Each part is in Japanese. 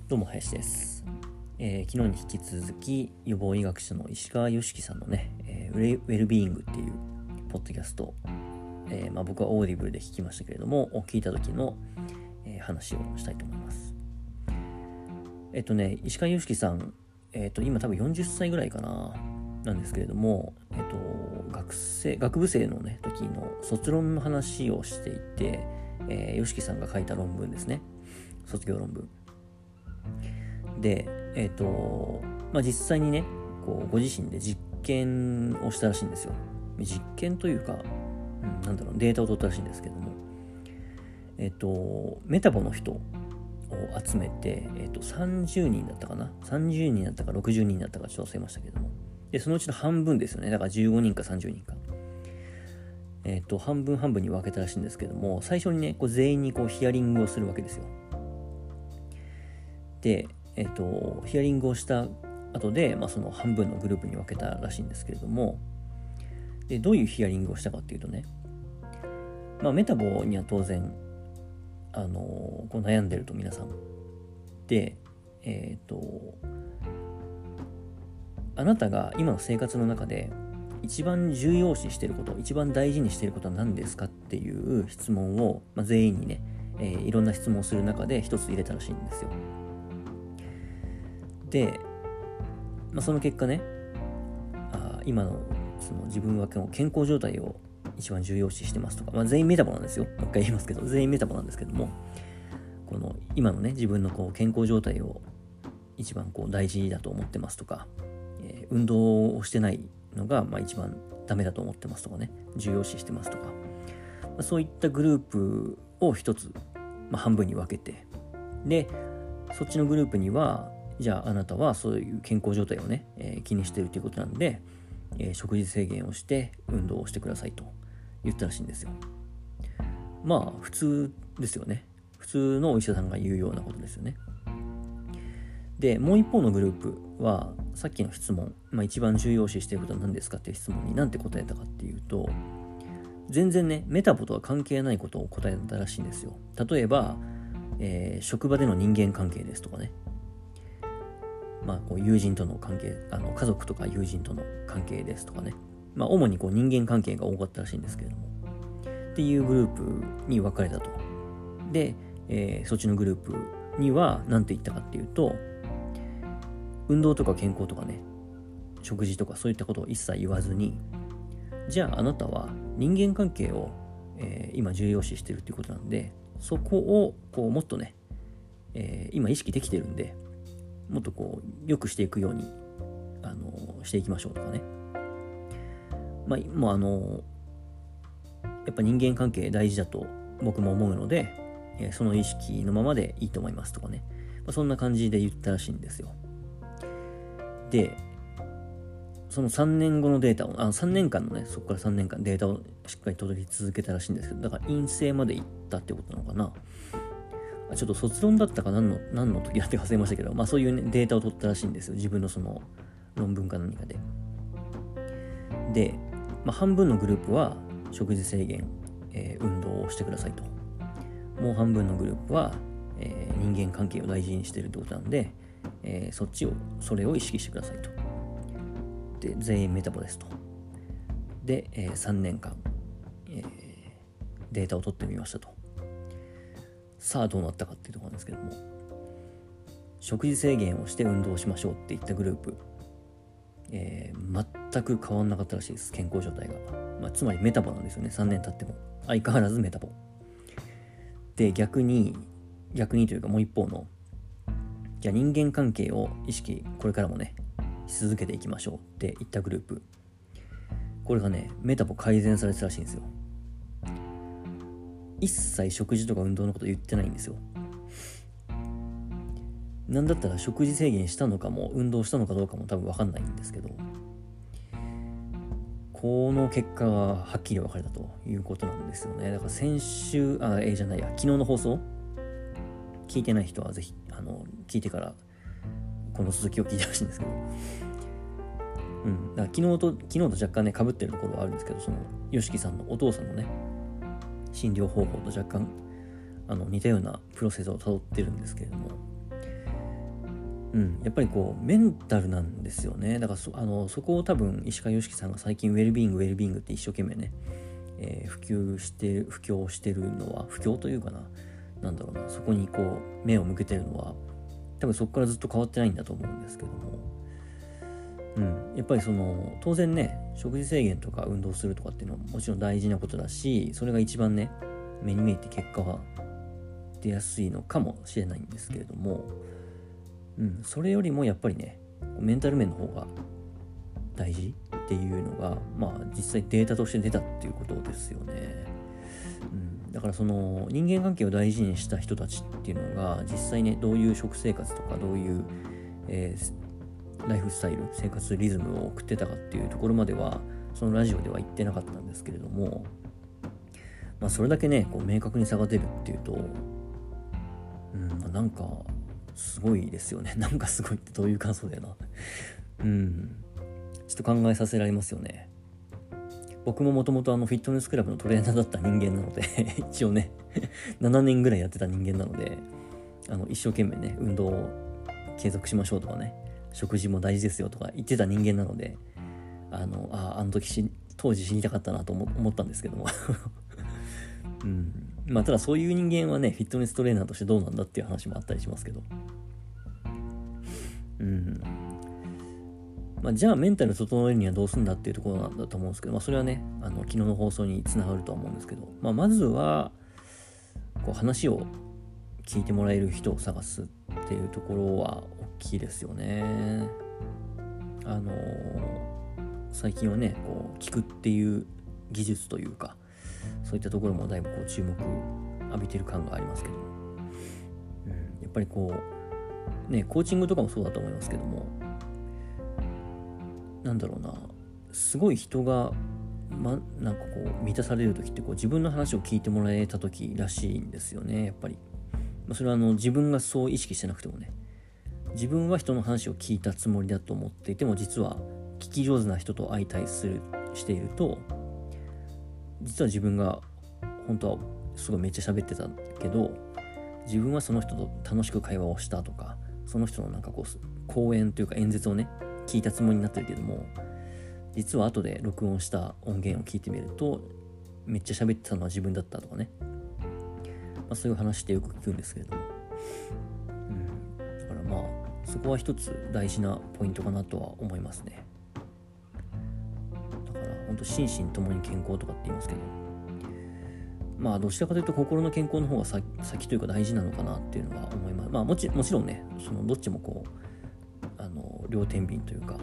どうも林です。昨日に引き続き予防医学者の石川良樹さんのね、ウェルビーイングっていうポッドキャストを、僕はオーディブルで聞きましたけれども、聞いた時の、話をしたいと思います。石川良樹さん、今多分40歳ぐらいかななんですけれども、学部生のね時の卒論の話をしていて、良樹さんが書いた論文ですね、卒業論文で、実際にねご自身で実験をしたらしいんですよ。実験というか、データを取ったらしいんですけども、メタボの人を集めて、30人だったかな、30人だったか60人だったかちょっと忘れましたけども、でそのうちの半分ですよね、だから15人か30人か、半分に分けたらしいんですけども、最初にね全員にヒアリングをするわけですよ。でヒアリングをした後で、その半分のグループに分けたらしいんですけれども、でどういうヒアリングをしたかっていうとね、メタボには当然悩んでると皆さんで、あなたが今の生活の中で一番重要視していること、一番大事にしていることは何ですかっていう質問を、全員にね、いろんな質問をする中で一つ入れたらしいんですよ。で、その結果ね、今のその自分は健康状態を一番重要視してますとか、全員メタボなんですよ。もう一回言いますけど、全員メタボなんですけども、この今のね自分の健康状態を一番大事だと思ってますとか、運動をしてないのが一番ダメだと思ってますとかね、重要視してますとか、そういったグループを一つ、半分に分けて、でそっちのグループには、じゃああなたはそういう健康状態をね、気にしているということなんで、食事制限をして運動をしてくださいと言ったらしいんですよ。普通ですよね。普通のお医者さんが言うようなことですよね。でもう一方のグループはさっきの質問、一番重要視していることは何ですかっていう質問に何て答えたかっていうと、全然ねメタボとは関係ないことを答えたらしいんですよ。例えば、職場での人間関係ですとかね、友人との関係、家族とか友人との関係ですとかね、主に人間関係が多かったらしいんですけれども、っていうグループに分かれたと。で、そっちのグループには何て言ったかっていうと、運動とか健康とかね、食事とかそういったことを一切言わずに、じゃああなたは人間関係を、今重要視してるっていうことなんで、そこをもっとね、今意識できてるんで、もっと良くしていくようにしていきましょうとかね。もうやっぱ人間関係大事だと僕も思うので、その意識のままでいいと思いますとかね、そんな感じで言ったらしいんですよ。でその3年後のデータを3年間のね、そこから3年間データをしっかり取り続けたらしいんですけど、だから陰性までいったってことなのかな。ちょっと卒論だったか何の時だって忘れましたけど、そういう、データを取ったらしいんですよ、自分のその論文か何かで。で、半分のグループは食事制限、運動をしてくださいと。もう半分のグループは、人間関係を大事にしているってことなんで、それを意識してくださいと。で全員メタボですと。で、3年間、データを取ってみましたと。さあどうなったかっていうところなんですけども、食事制限をして運動しましょうって言ったグループ、全く変わんなかったらしいです、健康状態が。つまりメタボなんですよね。3年経っても相変わらずメタボで、逆にというかもう一方の、じゃあ人間関係を意識これからもねし続けていきましょうって言ったグループ、これがねメタボ改善されてたらしいんですよ。一切食事とか運動のこと言ってないんですよ。なんだったら食事制限したのかも運動したのかどうかも多分分かんないんですけど、この結果がはっきり分かれたということなんですよね。だから昨日の放送聞いてない人はぜひ聞いてからこの続きを聞いてほしいんですけど、だから昨日と若干ね被ってるところはあるんですけど、その吉木さんのお父さんのね診療方法と若干似たようなプロセスをたどってるんですけれども、 やっぱりこうメンタルなんですよね。だからそこを多分石川良樹さんが最近ウェルビーイングって一生懸命ね、布教してるのは、布教というかな、なんだろうな、そこにこう目を向けてるのは多分そこからずっと変わってないんだと思うんですけども、やっぱり当然ね、食事制限とか運動するとかっていうのはもちろん大事なことだし、それが一番ね目に見えて結果は出やすいのかもしれないんですけれども、それよりもやっぱりねメンタル面の方が大事っていうのが実際データとして出たっていうことですよね。だから人間関係を大事にした人たちっていうのが実際ねどういう食生活とかどういう、ライフスタイル、生活リズムを送ってたかっていうところまではそのラジオでは言ってなかったんですけれども、それだけねこう明確に差が出るっていうと、なんかすごいですよね。なんかすごいってどういう感想だよな。ちょっと考えさせられますよね。僕ももともとフィットネスクラブのトレーナーだった人間なので一応ね7年ぐらいやってた人間なので、一生懸命ね運動を継続しましょうとかね、食事も大事ですよとか言ってた人間なので、当時知りたかったなと思ったんですけどもただそういう人間はねフィットネストレーナーとしてどうなんだっていう話もあったりしますけど、じゃあメンタル整えるにはどうするんだっていうところなんだと思うんですけど、それはね昨日の放送につながるとは思うんですけど、まずはこう話を聞いてもらえる人を探すっていうところは大きいですよね。最近はねこう聞くっていう技術というかそういったところもだいぶこう注目浴びてる感がありますけど、やっぱりこうねコーチングとかもそうだと思いますけども、なんだろうな、すごい人がなんかこう満たされる時ってこう自分の話を聞いてもらえた時らしいんですよね。やっぱり、それは自分がそう意識してなくてもね、自分は人の話を聞いたつもりだと思っていても、実は聞き上手な人と相対していると、実は自分が本当はすごいめっちゃ喋ってたけど、自分はその人と楽しく会話をしたとか、その人のなんかこう講演というか演説をね聞いたつもりになってるけども、実は後で録音した音源を聞いてみるとめっちゃ喋ってたのは自分だったとかね、そういう話ってよく聞くんですけれども、だからそこは一つ大事なポイントかなとは思いますね。だから本当心身ともに健康とかって言いますけど、どちらかというと心の健康の方が先というか大事なのかなっていうのは思います。もちろんねどっちもこう両天秤というか、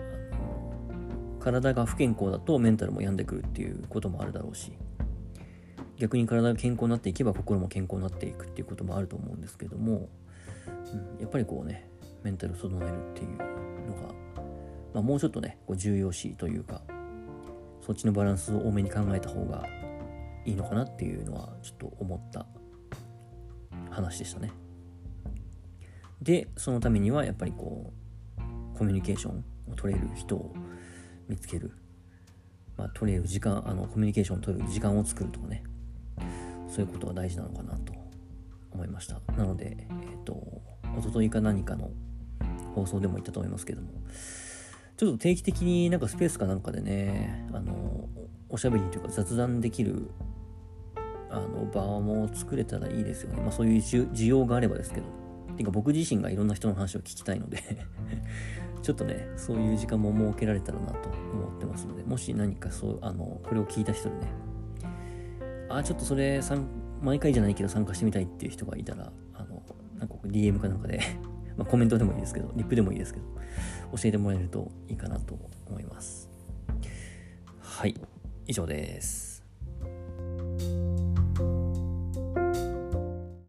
体が不健康だとメンタルも病んでくるっていうこともあるだろうし、逆に体が健康になっていけば心も健康になっていくっていうこともあると思うんですけども、やっぱりこうねメンタルを整えるっていうのが、もうちょっとねこう重要視というか、そっちのバランスを多めに考えた方がいいのかなっていうのはちょっと思った話でしたね。でそのためにはやっぱりこうコミュニケーションを取れる人を見つける、取れる時間、コミュニケーションを取る時間を作るとかね、そういうことが大事なのかなと思いました。なので一昨日か何かの放送でも言ったと思いますけども、ちょっと定期的になんかスペースかなんかでねおしゃべりというか雑談できる場も作れたらいいですよね。そういう需要があればですけど、てか僕自身がいろんな人の話を聞きたいのでちょっとねそういう時間も設けられたらなと思ってますので、もし何かこれを聞いた人でね、ちょっとそれ毎回じゃないけど参加してみたいっていう人がいたらなんかDM かなんかでコメントでもいいですけど、リップでもいいですけど教えてもらえるといいかなと思います。はい、以上です。